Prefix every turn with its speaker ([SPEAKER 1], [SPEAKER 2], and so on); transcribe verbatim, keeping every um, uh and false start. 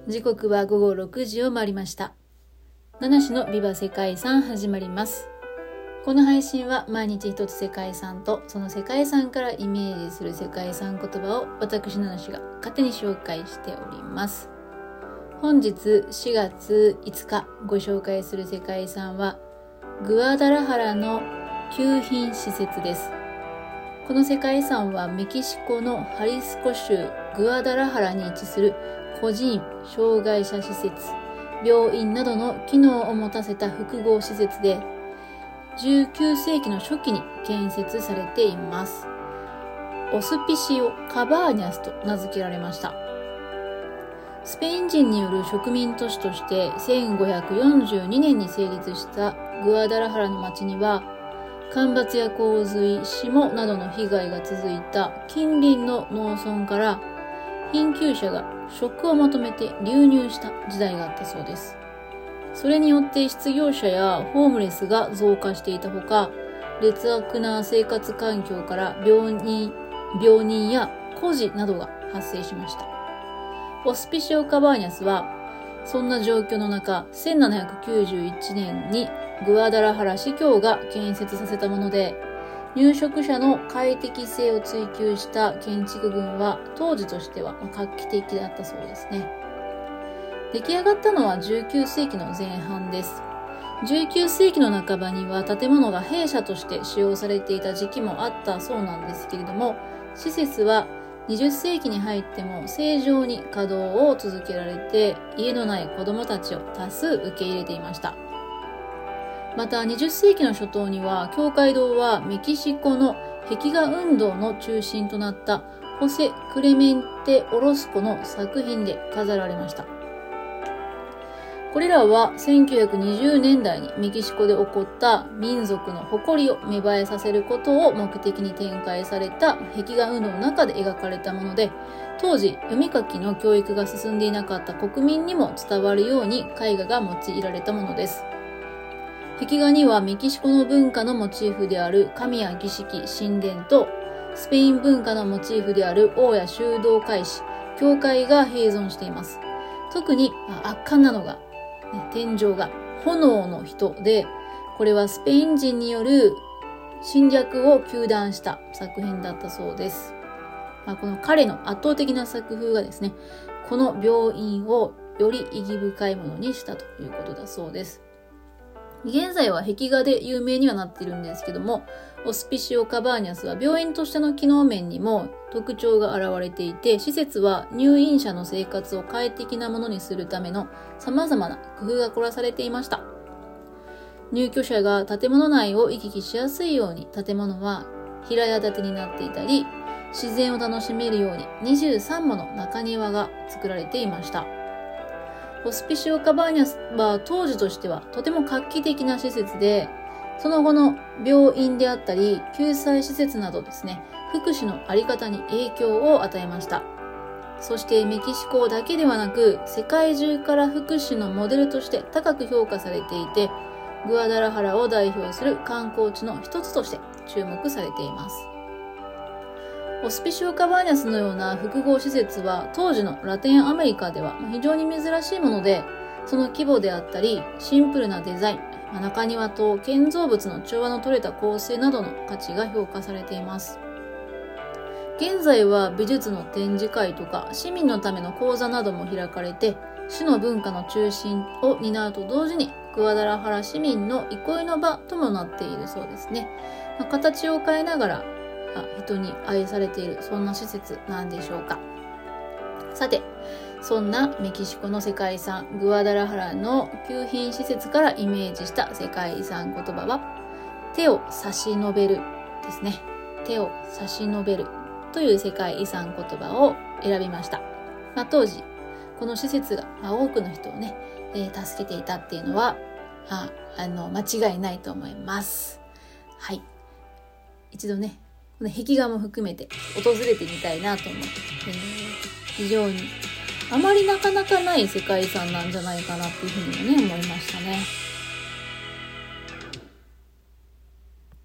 [SPEAKER 1] 時刻はごごろくじを回りました。七種のビバ世界遺産始まります。この配信は毎日一つ世界遺産とその世界遺産からイメージする世界遺産言葉を私七種が勝手に紹介しております。本日しがついつかご紹介する世界遺産はグアダラハラの旧品施設です。この世界遺産はメキシコのハリスコ州グアダラハラに位置する個人、障害者施設、病院などの機能を持たせた複合施設で、じゅうきゅうせいきの初期に建設されています。オスピシオ・カバーニャスと名付けられました。スペイン人による植民都市としてせんごひゃくよんじゅうにねんに成立したグアダラハラの町には、干ばつや洪水、霜などの被害が続いた近隣の農村から貧窮者が食を求めて流入した時代があったそうです。それによって失業者やホームレスが増加していたほか、劣悪な生活環境から病人、病人や孤児などが発生しました。オスピシオ・カバーニャスはそんな状況の中、せんななひゃくきゅうじゅういちねんにグアダラハラ司教が建設させたもので、入植者の快適性を追求した建築群は当時としては画期的だったそうですね。出来上がったのはじゅうきゅうせいきの前半です。じゅうきゅうせいきの半ばには建物が兵舎として使用されていた時期もあったそうなんですけれども、施設はにじゅっせいきに入っても正常に稼働を続けられて、家のない子どもたちを多数受け入れていました。またにじゅっせいきの初頭には、教会堂はメキシコの壁画運動の中心となったホセ・クレメンテ・オロスコの作品で飾られました。これらはせんきゅうひゃくにじゅうねんだいにメキシコで起こった民族の誇りを芽生えさせることを目的に展開された壁画運動の中で描かれたもので、当時読み書きの教育が進んでいなかった国民にも伝わるように絵画が用いられたものです。壁画にはメキシコの文化のモチーフである神や儀式、神殿と、スペイン文化のモチーフである王や修道会士、教会が併存しています。特に圧巻なのが、ね、天井が炎の人で、これはスペイン人による侵略を糾弾した作品だったそうです。まあ、この彼の圧倒的な作風がですね、この病院をより意義深いものにしたということだそうです。現在は壁画で有名にはなっているんですけども、オスピシオ・カバーニャスは病院としての機能面にも特徴が現れていて、施設は入院者の生活を快適なものにするための様々な工夫が凝らされていました。入居者が建物内を行き来しやすいように、建物は平屋建てになっていたり、自然を楽しめるようににじゅうさんもの中庭が作られていました。オスピシオ・カバーニャスは当時としてはとても画期的な施設で、その後の病院であったり救済施設などですね、福祉のあり方に影響を与えました。そしてメキシコだけではなく、世界中から福祉のモデルとして高く評価されていて、グアダラハラを代表する観光地の一つとして注目されています。オスピシオ・カバーニャスのような複合施設は当時のラテンアメリカでは非常に珍しいもので、その規模であったりシンプルなデザイン、中庭と建造物の調和の取れた構成などの価値が評価されています。現在は美術の展示会とか市民のための講座なども開かれて、市の文化の中心を担うと同時にグアダラハラ市民の憩いの場ともなっているそうですね。まあ、形を変えながら人に愛されている、そんな施設なんでしょうか。さて、そんなメキシコの世界遺産グアダラハラの旧品施設からイメージした世界遺産言葉は、手を差し伸べるですね。手を差し伸べるという世界遺産言葉を選びました。まあ、当時この施設が多くの人をね、えー、助けていたっていうのはああの間違いないと思います。はい、一度ねこの壁画も含めて訪れてみたいなと思って、えー、非常にあまりなかなかない世界遺産なんじゃないかなっていうふうにね思いましたね。